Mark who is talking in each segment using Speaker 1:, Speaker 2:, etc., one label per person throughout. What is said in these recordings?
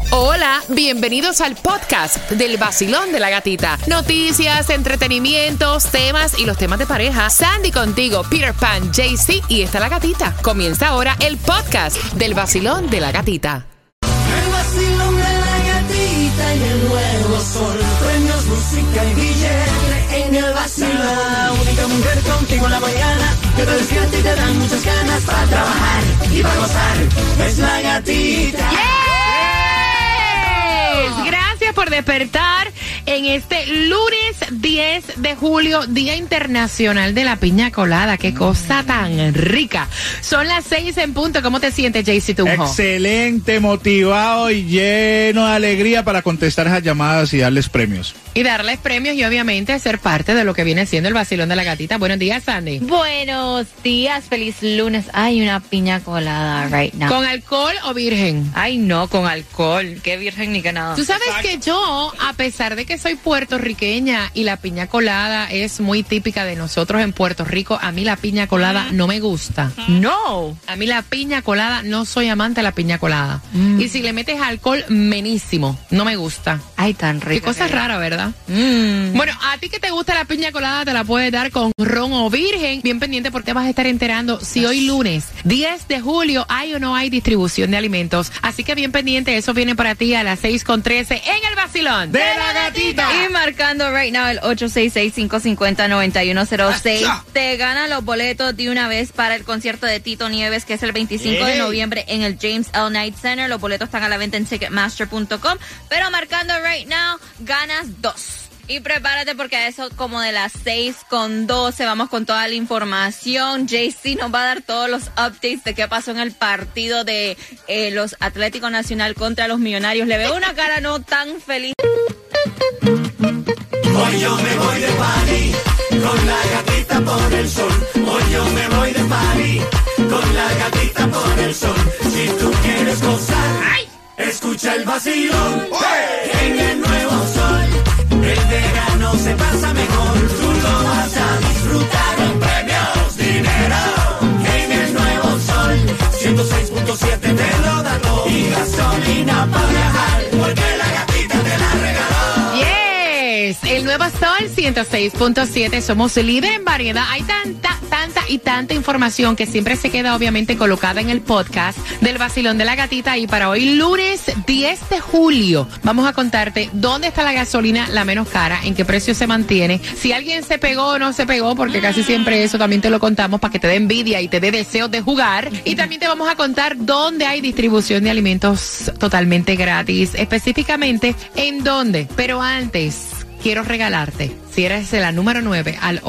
Speaker 1: Hola, bienvenidos al podcast del Vacilón de la Gatita. Noticias, entretenimientos, temas y los temas de pareja. Sandy contigo, Peter Pan, JC y está la gatita. Comienza ahora el podcast del Vacilón de la Gatita.
Speaker 2: El vacilón de la gatita y el nuevo sol. Premios, música y billete en el vacilón. La única mujer contigo en la mañana que te despierta y te dan muchas ganas para trabajar y para gozar. Es la gatita.
Speaker 1: Gracias por despertar en este lunes 10 de julio, Día Internacional de la Piña Colada. Qué cosa tan rica. Son las 6 en punto. ¿Cómo te sientes, JC Tunjo?
Speaker 3: Excelente, motivado y lleno de alegría para contestar esas llamadas y darles premios.
Speaker 1: Y darles premios y obviamente ser parte de lo que viene siendo el Vacilón de la Gatita. Buenos días, Sandy.
Speaker 4: Buenos días, feliz lunes. Hay una piña colada right now.
Speaker 1: ¿Con alcohol o virgen?
Speaker 4: Ay, no, con alcohol. Qué virgen ni que nada.
Speaker 1: Tú sabes que yo, a pesar de que soy puertorriqueña y la piña colada es muy típica de nosotros en Puerto Rico, a mí la piña colada no me gusta.
Speaker 4: No.
Speaker 1: A mí la piña colada, no soy amante de la piña colada. Y si le metes alcohol, menísimo. No me gusta.
Speaker 4: Ay, tan rica.
Speaker 1: Qué cosa rara, ¿verdad? Bueno, a ti que te gusta la piña colada, te la puedes dar con ron o virgen. Bien pendiente porque vas a estar enterando si hoy lunes 10 de julio hay o no hay distribución de alimentos. Así que bien pendiente, eso viene para ti a las 6:13 en el Vacilón
Speaker 3: de la Gatita.
Speaker 4: Y marcando right now el 866-550-9106. Te ganan los boletos de una vez para el concierto de Tito Nieves, que es el 25 de noviembre en el James L. Knight Center. Los boletos están a la venta en Ticketmaster.com. Pero marcando right now, ganas 2. Y prepárate porque a eso como de las 6:12 vamos con toda la información. JC nos va a dar todos los updates de qué pasó en el partido de los Atlético Nacional contra los Millonarios. Le veo una cara no tan feliz.
Speaker 2: Hoy yo me voy de party con la gatita por el sol. Hoy yo me voy de party con la gatita por el sol. Si tú quieres gozar, escucha el vacilón en el nuevo sol. El verano se pasa mejor, tú lo vas a disfrutar con premios, dinero. En el nuevo sol, 106.7 te lo da todo. Y gasolina para viajar, porque la gatita te la regaló.
Speaker 1: Yes, el nuevo Sol 106.7, somos líder en variedad. Hay tanta información que siempre se queda obviamente colocada en el podcast del Vacilón de la Gatita. Y para hoy lunes 10 de julio vamos a contarte dónde está la gasolina la menos cara, en qué precio se mantiene, si alguien se pegó o no se pegó, porque casi siempre eso también te lo contamos para que te dé envidia y te dé deseos de jugar. Y también te vamos a contar dónde hay distribución de alimentos totalmente gratis, específicamente en dónde. Pero antes, quiero regalarte, si eres de la número 9 al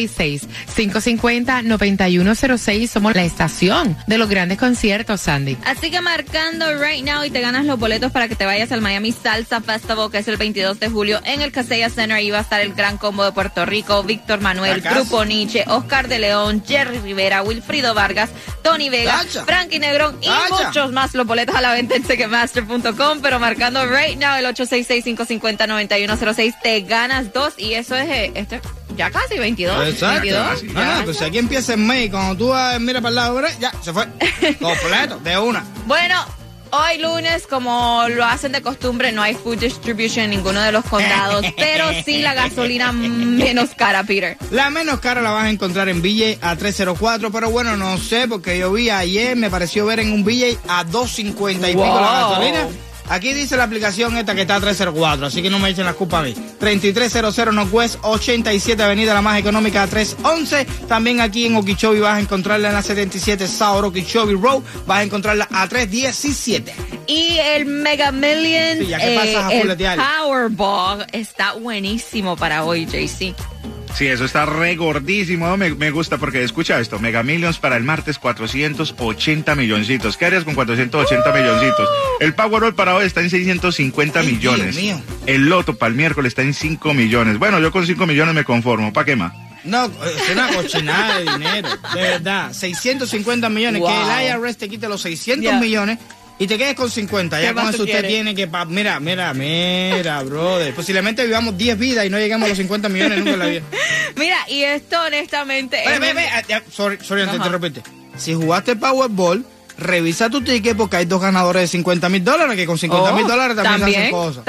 Speaker 1: 866-550-9106, somos la estación de los grandes conciertos, Sandy.
Speaker 4: Así que marcando right now y te ganas los boletos para que te vayas al Miami Salsa Festival, que es el 22 de julio en el Casella Center. Ahí va a estar el Gran Combo de Puerto Rico, Víctor Manuel, Grupo Nietzsche, Oscar de León, Jerry Rivera, Wilfrido Vargas, Tony Vega, Frankie Negrón y muchos más. Los boletos a la venta en Ticketmaster.com, pero marcando right now el 866-550-9106 te ganas 2 y eso es ya casi 22.
Speaker 5: Exacto.
Speaker 4: 22,
Speaker 5: Pues aquí empieza el mes y cuando tú miras para el lado, ya se fue. Completo, de una.
Speaker 4: Bueno, hoy lunes, como lo hacen de costumbre, no hay food distribution en ninguno de los condados, pero sí la gasolina menos cara, Peter.
Speaker 5: La menos cara la vas a encontrar en BJ a 304, pero bueno, no sé, porque yo vi ayer, me pareció ver en un BJ a 250 y pico la gasolina. Aquí dice la aplicación esta que está a 304, así que no me echen la culpa a mí. 3300 Northwest 87 Avenida la más económica a 311. También aquí en Okeechobee vas a encontrarla en la 77 South Okeechobee Road, vas a encontrarla a 317.
Speaker 4: Y el Mega Millions,
Speaker 5: Sí, ya que pasas a
Speaker 4: el
Speaker 5: fuletear.
Speaker 4: Powerball está buenísimo para hoy, JC.
Speaker 3: Sí, eso está re gordísimo. Me gusta porque, escucha esto, Mega Millions para el martes 480 milloncitos. ¿Qué harías con 480 milloncitos? El Powerball para hoy está en 650 millones.
Speaker 5: Dios mío.
Speaker 3: El Loto para el miércoles está en 5 millones. Bueno, yo con 5 millones me conformo. ¿Para qué más?
Speaker 5: No, es una cochinada de dinero. De verdad, 650 millones.
Speaker 4: Wow.
Speaker 5: Que el IRS te quite los 600 millones y te quedes con 50. Ya
Speaker 4: ¿Qué
Speaker 5: con
Speaker 4: más
Speaker 5: eso
Speaker 4: tú
Speaker 5: usted
Speaker 4: quieres?
Speaker 5: tiene que... Mira, brother. Posiblemente vivamos 10 vidas y no llegamos a los 50 millones nunca en la vida.
Speaker 4: Mira, y esto honestamente...
Speaker 5: Sorry, antes de interrumpirte. Si jugaste el Powerball, revisa tu ticket porque hay 2 ganadores de $50,000 que con $50,000 también se hacen cosas.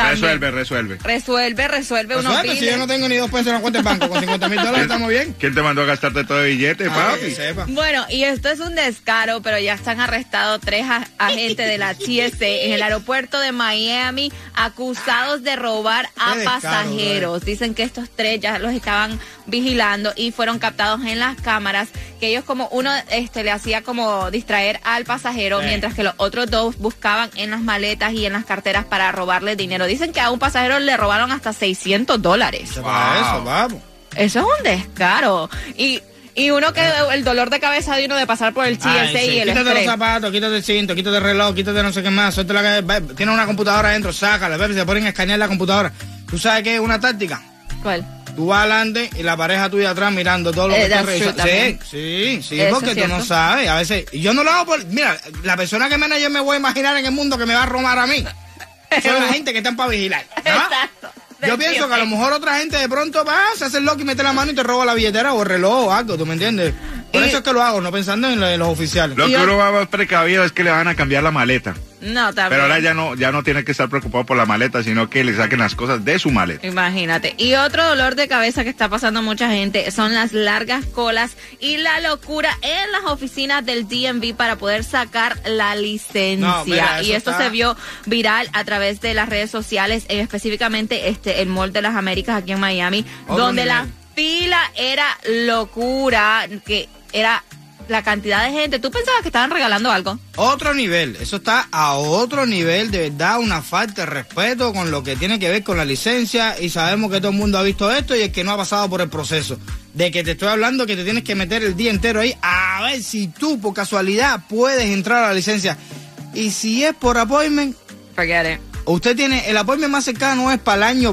Speaker 4: Resuelve unos
Speaker 5: Si
Speaker 4: biles.
Speaker 5: yo no tengo ni 2 pesos en la cuenta de banco, con $50,000 estamos bien.
Speaker 3: ¿Quién te mandó a gastarte todo el billete, papi?
Speaker 5: Que sepa.
Speaker 4: Bueno, y esto es un descaro, pero ya están arrestados 3 agentes de la TSA en el aeropuerto de Miami acusados de robar a
Speaker 5: Qué descaro,
Speaker 4: pasajeros. Dicen que estos 3 ya los estaban vigilando y fueron captados en las cámaras, que ellos como uno le hacía como distraer al pasajero, mientras que los otros 2 buscaban en las maletas y en las carteras para robarle dinero. Dicen que a un pasajero le robaron hasta $600.
Speaker 5: Para eso, vamos.
Speaker 4: Eso es un descaro. Y uno que el dolor de cabeza de uno de pasar por el TSA y el
Speaker 5: Quítate los
Speaker 4: estrés.
Speaker 5: zapatos, quítate el cinto, quítate el reloj, quítate no sé qué más. Tiene una computadora adentro, sácala, se ponen a escanear la computadora. ¿Tú sabes qué es una táctica?
Speaker 4: ¿Cuál?
Speaker 5: Tú vas adelante y la pareja tuya atrás mirando todo lo que estás revisando. Sí,
Speaker 4: Eso
Speaker 5: porque
Speaker 4: es
Speaker 5: tú no
Speaker 4: cierto.
Speaker 5: sabes. A veces, y yo no lo hago por... Mira, la persona que menos yo me voy a imaginar en el mundo que me va a robar a mí son la gente que están para vigilar. ¿no?
Speaker 4: Exacto.
Speaker 5: Yo pienso que a lo mejor otra gente de pronto va, se hace el loco y mete la mano y te roba la billetera o el reloj o algo, ¿tú me entiendes? Por eso es que lo hago, no pensando en los oficiales.
Speaker 3: Lo que uno va más precavido es que le van a cambiar la maleta.
Speaker 4: No, también.
Speaker 3: Pero ahora ya no tiene que estar preocupado por la maleta, sino que le saquen las cosas de su maleta.
Speaker 4: Imagínate. Y otro dolor de cabeza que está pasando mucha gente son las largas colas y la locura en las oficinas del DMV para poder sacar la licencia.
Speaker 5: No, mira,
Speaker 4: y esto
Speaker 5: está...
Speaker 4: se vio viral a través de las redes sociales, específicamente el Mall de las Américas aquí en Miami, donde la fila era locura, que era la cantidad de gente. ¿Tú pensabas que estaban regalando algo?
Speaker 5: Otro nivel, eso está a otro nivel, de verdad, una falta de respeto con lo que tiene que ver con la licencia, y sabemos que todo el mundo ha visto esto y el que no ha pasado por el proceso. De que te estoy hablando que te tienes que meter el día entero ahí a ver si tú por casualidad puedes entrar a la licencia. Y si es por appointment,
Speaker 4: Forget it.
Speaker 5: usted tiene, el appointment más cercano es para el año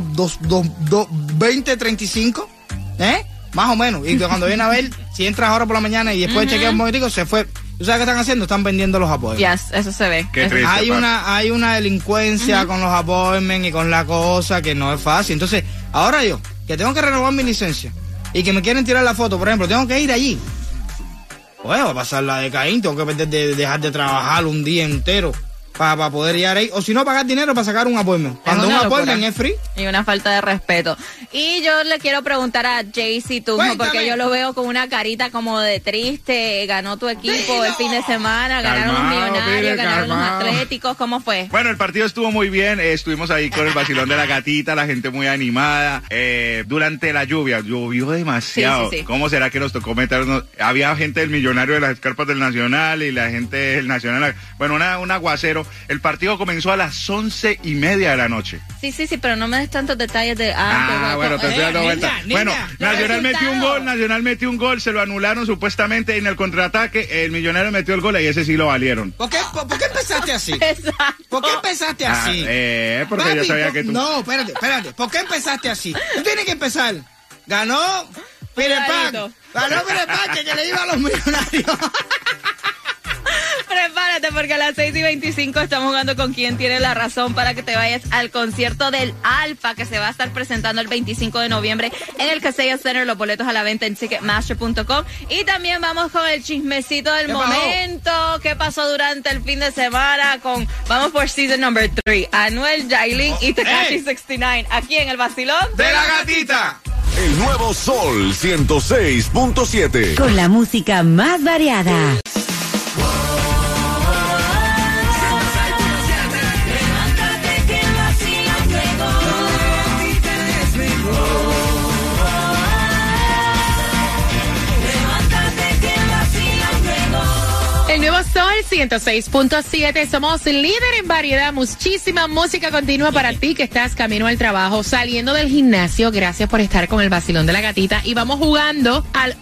Speaker 5: 2035, más o menos. Y cuando viene a ver, si entras ahora por la mañana y después chequeas un momentico, se fue. ¿Tú sabes qué están haciendo? Están vendiendo los appointments.
Speaker 4: Yes, eso se ve.
Speaker 3: Qué
Speaker 4: Eso-
Speaker 3: triste,
Speaker 5: Hay
Speaker 3: papi.
Speaker 5: hay una delincuencia con los appointments y con la cosa que no es fácil. Entonces, ahora yo, que tengo que renovar mi licencia y que me quieren tirar la foto, por ejemplo, tengo que ir allí. Pues va a pasar la de Caín, tengo que dejar de trabajar un día entero para poder ir ahí. O si no, pagar dinero para sacar un appointment. Cuando un
Speaker 4: una locura.
Speaker 5: appointment es free.
Speaker 4: Y una falta de respeto. Y yo le quiero preguntar a Jaycee Tunjo,
Speaker 5: Cuéntame.
Speaker 4: porque yo lo veo con una carita como de triste. Ganó tu equipo el fin de semana, ganaron los
Speaker 3: Calmao,
Speaker 4: Millonarios,
Speaker 3: pibe,
Speaker 4: ganaron los
Speaker 3: calmao.
Speaker 4: Atléticos. ¿Cómo fue?
Speaker 3: Bueno, el partido estuvo muy bien, estuvimos ahí con el vacilón de la gatita, la gente muy animada. Durante la lluvia, llovió demasiado.
Speaker 4: Sí.
Speaker 3: ¿Cómo será que nos tocó meternos? Había gente del Millonario de las escarpas del Nacional y la gente del Nacional. Bueno, un aguacero. El partido comenzó a las 11:30 de la noche.
Speaker 4: Sí, pero no me des tantos detalles de...
Speaker 3: Bueno, te estoy dando vuelta.
Speaker 5: niña,
Speaker 3: Bueno,
Speaker 4: los
Speaker 3: Nacional metió un
Speaker 4: resultados.
Speaker 3: gol, Nacional metió un gol, se lo anularon supuestamente en el contraataque, el Millonario metió el gol y ese sí lo valieron.
Speaker 5: ¿Por qué empezaste así?
Speaker 4: Exacto.
Speaker 5: ¿Por qué empezaste así?
Speaker 3: Porque yo
Speaker 5: Papi,
Speaker 3: sabía que tú...
Speaker 5: No, espérate. ¿Por qué empezaste así? Tú tienes que empezar. Ganó Pirepac.
Speaker 4: Cuidadito.
Speaker 5: Ganó Pirepac, que le iba a los Millonarios.
Speaker 4: Prepárate porque a las 6:25 estamos jugando con Quién Tiene la Razón para que te vayas al concierto del Alfa que se va a estar presentando el 25 de noviembre en el Kaseya Center. Los boletos a la venta en Ticketmaster.com. Y también vamos con el chismecito del
Speaker 5: ¿Qué pasó?
Speaker 4: momento. ¿Qué pasó durante el fin de semana? Vamos por season number 3. Anuel, Yailin y Tekashi
Speaker 5: ¡Ey!
Speaker 4: 69. Aquí en el vacilón
Speaker 5: ¡De la gatita!
Speaker 2: El nuevo Sol 106.7.
Speaker 6: Con la música más variada.
Speaker 1: El nuevo Sol 106.7. Somos líder en variedad. Muchísima música continua para ti que estás camino al trabajo, saliendo del gimnasio. Gracias por estar con el vacilón de la gatita. Y vamos jugando al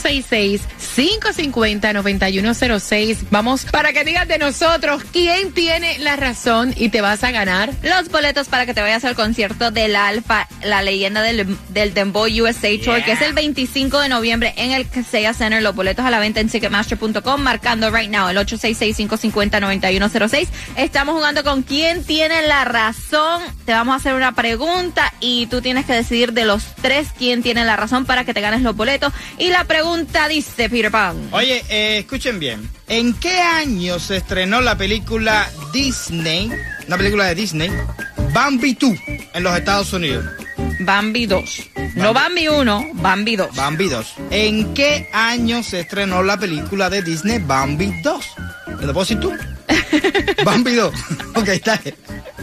Speaker 1: 866-550-9106. Vamos para que digas de nosotros quién tiene la razón y te vas a ganar
Speaker 4: los boletos para que te vayas al concierto del Alfa, la leyenda del Dembow USA Tour, que es el 25 de noviembre en el Kaseya Center. Los boletos a la venta en Ticketmaster.com, marcando right now el 866-550-9106. Estamos jugando con quién tiene la razón. Te vamos a hacer una pregunta y tú tienes que decidir de los tres quién tiene la razón para que te ganes los boletos. Y la pregunta dice, Peter Pan.
Speaker 5: Oye, escuchen bien. ¿En qué año se estrenó la película Disney, una película de Disney, Bambi 2, en los Estados Unidos?
Speaker 4: Bambi 2. No Bambi 1, Bambi 2.
Speaker 5: Bambi 2. ¿En qué año se estrenó la película de Disney Bambi 2? ¿Me lo puedo decir tú? Bambi 2. Ok, dale.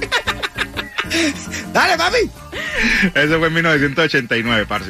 Speaker 5: Dale, papi.
Speaker 3: Eso fue en 1989, parce.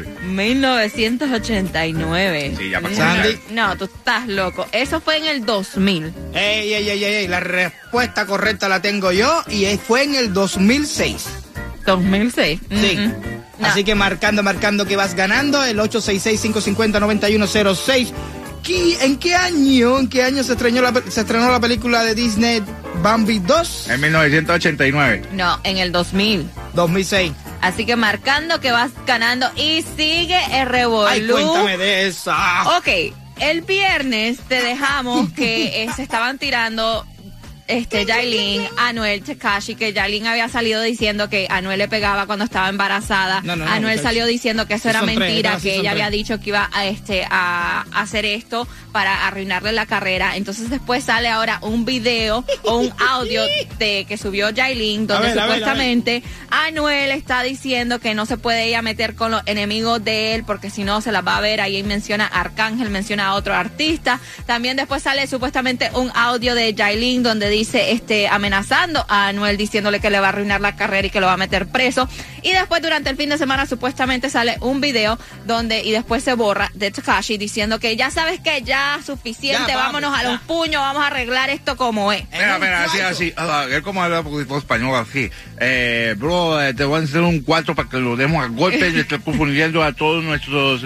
Speaker 4: 1989.
Speaker 3: Sí, ya pasó.
Speaker 5: Sandy.
Speaker 4: No, tú estás loco. Eso fue en el 2000.
Speaker 5: Ey. La respuesta correcta la tengo yo y fue en el 2006.
Speaker 4: 2006.
Speaker 5: Sí.
Speaker 4: No.
Speaker 5: Así que marcando que vas ganando el 866-550-9106. ¿En qué año se estrenó la película de Disney Bambi 2?
Speaker 3: En 1989.
Speaker 4: No, en el 2000.
Speaker 5: 2006.
Speaker 4: Así que marcando que vas ganando y sigue el revolú.
Speaker 5: Ay, cuéntame de esa.
Speaker 4: Ok, el viernes te dejamos que se estaban tirando Yailin, Anuel, Tekashi, que Yailin había salido diciendo que Anuel le pegaba cuando estaba embarazada.
Speaker 5: No,
Speaker 4: Anuel salió diciendo que eso era mentira, que ella había
Speaker 5: tres.
Speaker 4: dicho que iba a hacer esto para arruinarle la carrera. Entonces después sale ahora un video o un audio que subió Yailin, donde supuestamente Anuel está diciendo que no se puede ella meter con los enemigos de él, porque si no se las va a ver. Ahí menciona a Arcángel, menciona a otro artista. También después sale supuestamente un audio de Yailin donde dice amenazando a Anuel, diciéndole que le va a arruinar la carrera y que lo va a meter preso. Y después durante el fin de semana supuestamente sale un video y después se borra, de Tekashi diciendo que ya sabes que ya suficiente,
Speaker 5: Ya,
Speaker 4: vámonos
Speaker 5: vamos,
Speaker 4: a los puños, vamos a arreglar esto como es.
Speaker 3: Espera, así. Él como habla poquito español así. Bro, te voy a hacer un 4 para que lo demos a golpes. Le estoy confundiendo a todos nuestros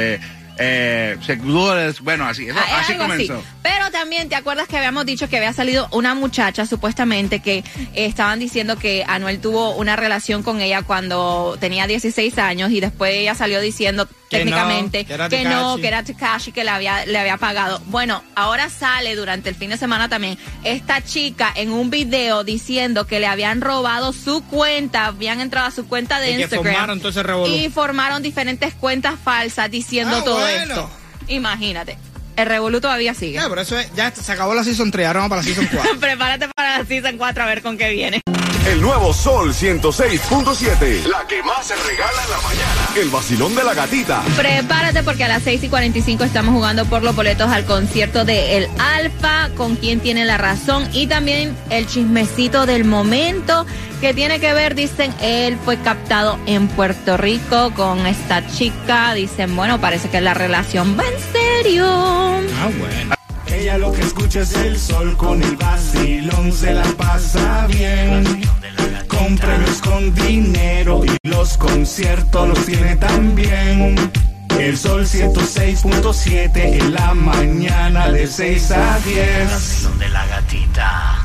Speaker 3: seguidores. Bueno, así comenzó.
Speaker 4: Así. Pero también, ¿te acuerdas que habíamos dicho que había salido una muchacha, supuestamente, que estaban diciendo que Anuel tuvo una relación con ella cuando tenía 16 años y después ella salió diciendo técnicamente que era Tekashi, que le había pagado? Bueno, ahora sale durante el fin de semana también esta chica en un video diciendo que le habían robado su cuenta, habían entrado a su cuenta de Instagram y formaron diferentes cuentas falsas diciendo todo esto. Imagínate. El revolú todavía sigue.
Speaker 5: Por eso ya se acabó la Season 3, ahora vamos para la Season 4.
Speaker 4: Prepárate para la Season 4 a ver con qué viene.
Speaker 7: El nuevo Sol 106.7. La que más se regala en la mañana. El vacilón de la gatita.
Speaker 4: Prepárate porque a las 6:45 estamos jugando por los boletos al concierto de El Alfa, con quién tiene la razón, y también el chismecito del momento que tiene que ver, dicen, él fue captado en Puerto Rico con esta chica. Dicen, bueno, parece que la relación va en serio.
Speaker 5: Bueno.
Speaker 2: Ella lo que escucha es el sol, con el vacilón se la pasa bien. Con premios, con dinero y los conciertos los tiene también. El Sol 106.7 en la mañana de 6 a 10.
Speaker 8: Vacilón de la gatita.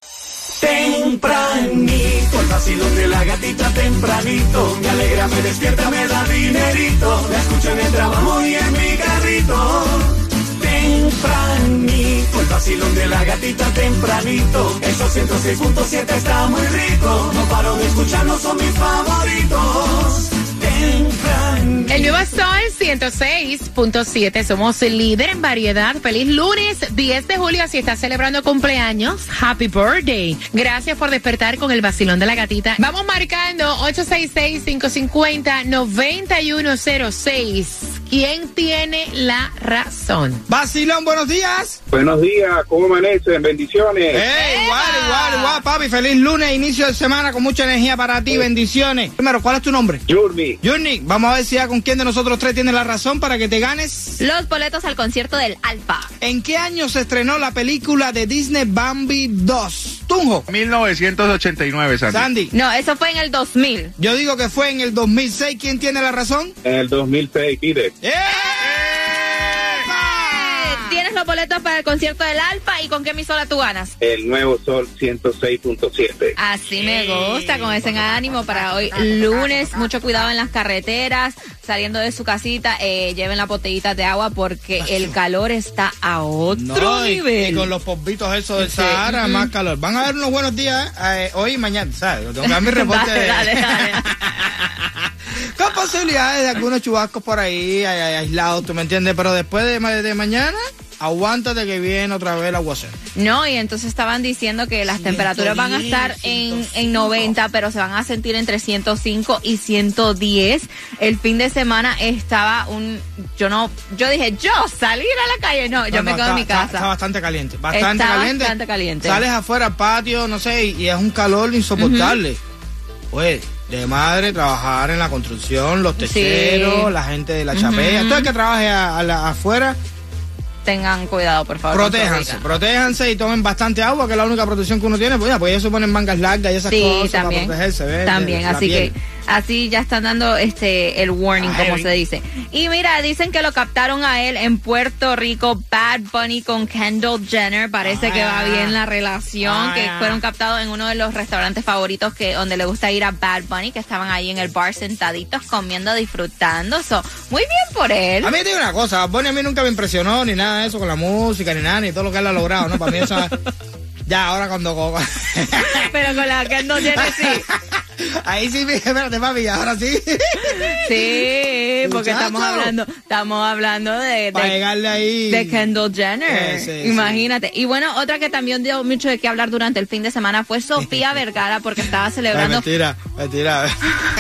Speaker 2: Tempranito, el vacilón de la gatita tempranito. Me alegra, me despierta, me da dinerito. La escucho en el trabajo y en mi carrito. Tempranito, el vacilón de la gatita tempranito. El Sol 106.7 está muy rico. No paro de escucharlo, son mis favoritos. Tempranito.
Speaker 1: El nuevo Sol 106.7. Somos el líder en variedad. Feliz lunes 10 de julio. Si estás celebrando cumpleaños, happy birthday. Gracias por despertar con el vacilón de la gatita. Vamos marcando 866-550-9106. ¿Quién tiene la razón?
Speaker 5: Vacilón, buenos días.
Speaker 9: Buenos días, ¿cómo amanecen? Bendiciones.
Speaker 5: Igual, papi. Feliz lunes, inicio de semana con mucha energía para ti. Bendiciones. Primero, ¿cuál es tu nombre?
Speaker 9: Yurni.
Speaker 5: Yurni, vamos a ver si ya con quién de nosotros tres tiene la razón para que te ganes
Speaker 4: los boletos al concierto del Alfa.
Speaker 5: ¿En qué año se estrenó la película de Disney Bambi 2? Tunjo.
Speaker 3: 1989,
Speaker 5: Sandy.
Speaker 4: No, eso fue en el 2000.
Speaker 5: Yo digo que fue en el 2006. ¿Quién tiene la razón?
Speaker 9: En el 2006, pide.
Speaker 4: Tienes los boletos para el concierto del Alfa. ¿Y con qué emisora tú ganas?
Speaker 9: El Nuevo Sol 106.7.
Speaker 4: Así me gusta, con ese ánimo para hoy lunes. Mucho cuidado en las carreteras, saliendo de su casita, lleven las botellitas de agua porque el calor está a otro nivel.
Speaker 5: Y con los polvitos esos del Sahara, más calor. Van a haber unos buenos días hoy y mañana, ¿sabes? Tengo que dar mi reporte.
Speaker 4: Dale.
Speaker 5: Con posibilidades de algunos chubascos por ahí aislados, ¿tú me entiendes? Pero después de mañana, aguántate que viene otra vez el aguacero.
Speaker 4: No, y entonces estaban diciendo que las temperaturas van a estar en 90, pero se van a sentir entre 105 y 110. El fin de semana estaba yo dije, yo salir a la calle, yo me quedo en mi casa.
Speaker 5: Está bastante caliente,
Speaker 4: bastante caliente.
Speaker 5: Sales afuera al patio, no sé, y es un calor insoportable. Pues, de madre, trabajar en la construcción, los techeros, la gente de la chapea, todo el que trabaje afuera.
Speaker 4: Tengan cuidado, por favor.
Speaker 5: Protéjanse y tomen bastante agua, que es la única protección que uno tiene. Pues ellos se ponen mangas largas y esas cosas
Speaker 4: también,
Speaker 5: para protegerse. ¿ves?
Speaker 4: También, así que así ya están dando el warning, como se dice. Y mira, dicen que lo captaron a él en Puerto Rico, Bad Bunny con Kendall Jenner. Parece que va bien la relación, que fueron captados en uno de los restaurantes favoritos donde le gusta ir a Bad Bunny, que estaban ahí en el bar sentaditos, comiendo, disfrutando. Muy bien por él.
Speaker 5: A mí te digo una cosa, Bad Bunny a mí nunca me impresionó ni nada de eso con la música, ni nada, ni todo lo que él ha logrado, ¿no? Para mí eso... Ya, ahora cuando...
Speaker 4: Pero con la Kendall Jenner sí.
Speaker 5: Ahí sí, espérate, papi, ahora sí.
Speaker 4: Sí, porque estamos hablando de
Speaker 5: llegarle ahí.
Speaker 4: De Kendall Jenner.
Speaker 5: Sí,
Speaker 4: imagínate. Y bueno, otra que también dio mucho de qué hablar durante el fin de semana fue Sofía Vergara, porque estaba celebrando.
Speaker 5: Mentira.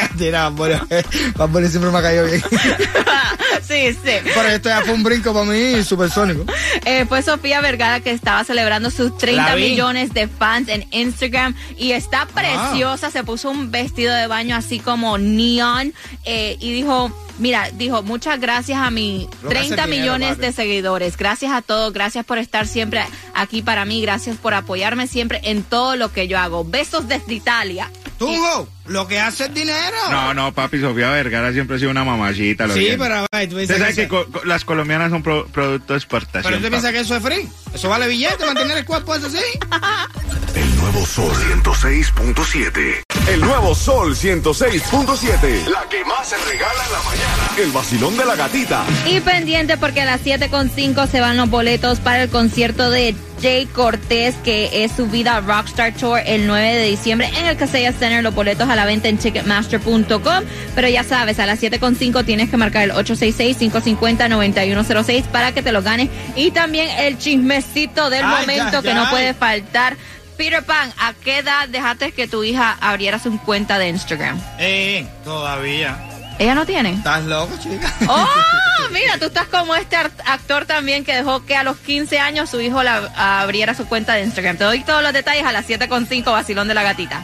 Speaker 5: Bad Bunny siempre me ha caído bien.
Speaker 4: Sí.
Speaker 5: Pero esto ya fue un brinco para mí supersónico.
Speaker 4: Fue Sofía Vergara que estaba celebrando sus 30 millones de fans en Instagram y está preciosa. Se puso un vestido de baño así como neon y dijo, muchas gracias a mis 30 millones de seguidores. Gracias a todos, gracias por estar siempre aquí para mí, gracias por apoyarme siempre en todo lo que yo hago. Besos desde Italia.
Speaker 5: Tunjo, lo que hace es dinero.
Speaker 3: No, papi, Sofía Vergara siempre ha sido una mamacita.
Speaker 5: Sí, pero tú dices
Speaker 3: sabes que las colombianas son producto de exportación.
Speaker 5: Pero usted piensa que eso es free. Eso vale billete, mantener el cuerpo eso así.
Speaker 7: El nuevo Sol 106.7. El nuevo Sol 106.7. La que más se regala en la mañana. El vacilón de la gatita.
Speaker 4: Y pendiente porque a las 7:05 se van los boletos para el concierto de Jay Cortés, que es su vida Rockstar Tour el 9 de diciembre en el Casella Center. Los boletos a la venta en Ticketmaster.com. Pero ya sabes, a las 7:05 tienes que marcar el 866-550-9106 para que te lo ganes. Y también el chismecito del momento que no puede faltar. Peter Pan, ¿a qué edad dejaste que tu hija abriera su cuenta de Instagram?
Speaker 5: Todavía.
Speaker 4: ¿Ella no tiene?
Speaker 5: ¿Estás loco, chica?
Speaker 4: ¡Oh! Mira, tú estás como este actor también que dejó que a los 15 años su hijo abriera su cuenta de Instagram. Te doy todos los detalles a las 7:05, vacilón de la gatita.